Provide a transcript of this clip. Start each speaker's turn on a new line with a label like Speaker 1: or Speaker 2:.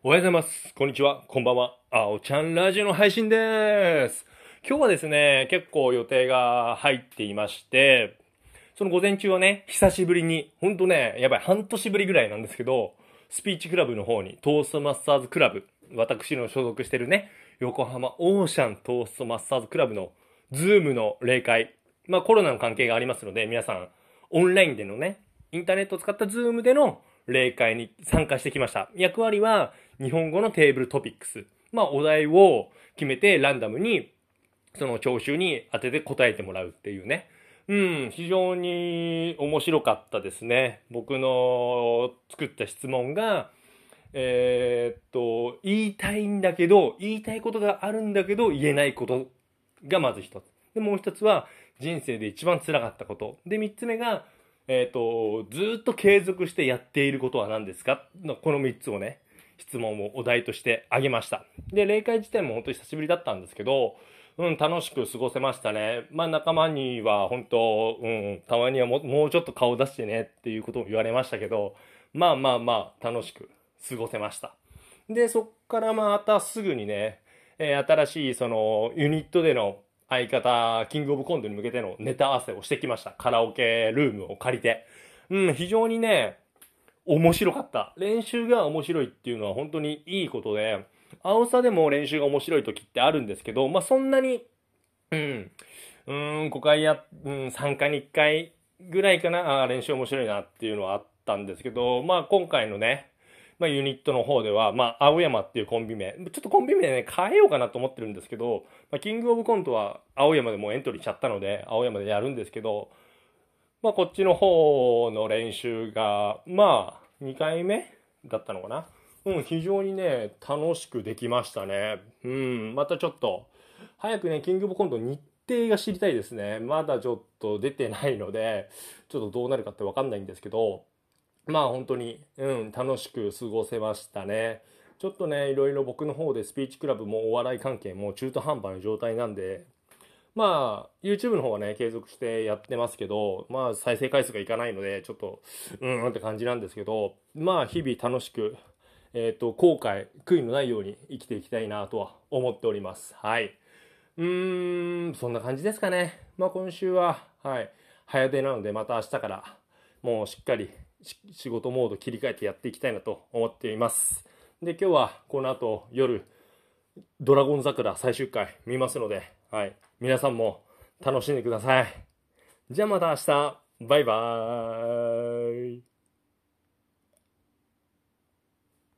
Speaker 1: おはようございます。こんにちは。こんばんは。あおちゃんラジオの配信です。今日はですね、結構予定が入っていまして、その午前中はね、久しぶりに、ほんとね、やばい、半年ぶりぐらいなんですけど、スピーチクラブの方に、トーストマスターズクラブ、私の所属してるね、横浜オーシャントーストマスターズクラブのズームの例会、コロナの関係がありますので、皆さん、オンラインでのね、インターネットを使ったズームでの例会に参加してきました。役割は、日本語のテーブルトピックス。お題を決めてランダムに、その聴衆に当てて答えてもらうっていうね。非常に面白かったですね。僕の作った質問が、言いたいんだけど、言いたいことがあるんだけど、言えないことがまず一つ。で、もう一つは、人生で一番辛かったこと。で、三つ目が、ずっと継続してやっていることは何ですか？この三つをね、質問をお題としてあげました。で、例会自体も本当に久しぶりだったんですけど、楽しく過ごせましたね。仲間には本当、たまにはもうちょっと顔出してねっていうことを言われましたけど、楽しく過ごせました。で、そっからまたすぐにね、新しいそのユニットでの相方、キングオブコントに向けてのネタ合わせをしてきました。カラオケルームを借りて。非常にね、面白かった。練習が面白いっていうのは本当にいいことで、青さでも練習が面白い時ってあるんですけど、そんなに、うん、5回3回に1回ぐらいかな、練習面白いなっていうのはあったんですけど、今回のね、ユニットの方では、青山っていうコンビ名、ちょっとコンビ名ね、変えようかなと思ってるんですけど、キングオブコントは青山でもうエントリーしちゃったので、青山でやるんですけど、こっちの方の練習が、2回目だったのかな。非常にね、楽しくできましたね。またちょっと、早くね、キングオブコント日程が知りたいですね。まだちょっと出てないので、ちょっとどうなるかってわかんないんですけど、本当に、楽しく過ごせましたね。ちょっとね、いろいろ僕の方でスピーチクラブもお笑い関係も中途半端な状態なんで、YouTube の方はね、継続してやってますけど、再生回数がいかないので、ちょっと、って感じなんですけど、日々楽しく、後悔、悔いのないように生きていきたいなとは思っております。はい。そんな感じですかね。今週は、はい、早出なので、また明日から、もうしっかり仕事モード切り替えてやっていきたいなと思っています。で、今日はこの後夜、ドラゴン桜最終回見ますので、はい。皆さんも楽しんでください。じゃあまた明日。バイバーイ。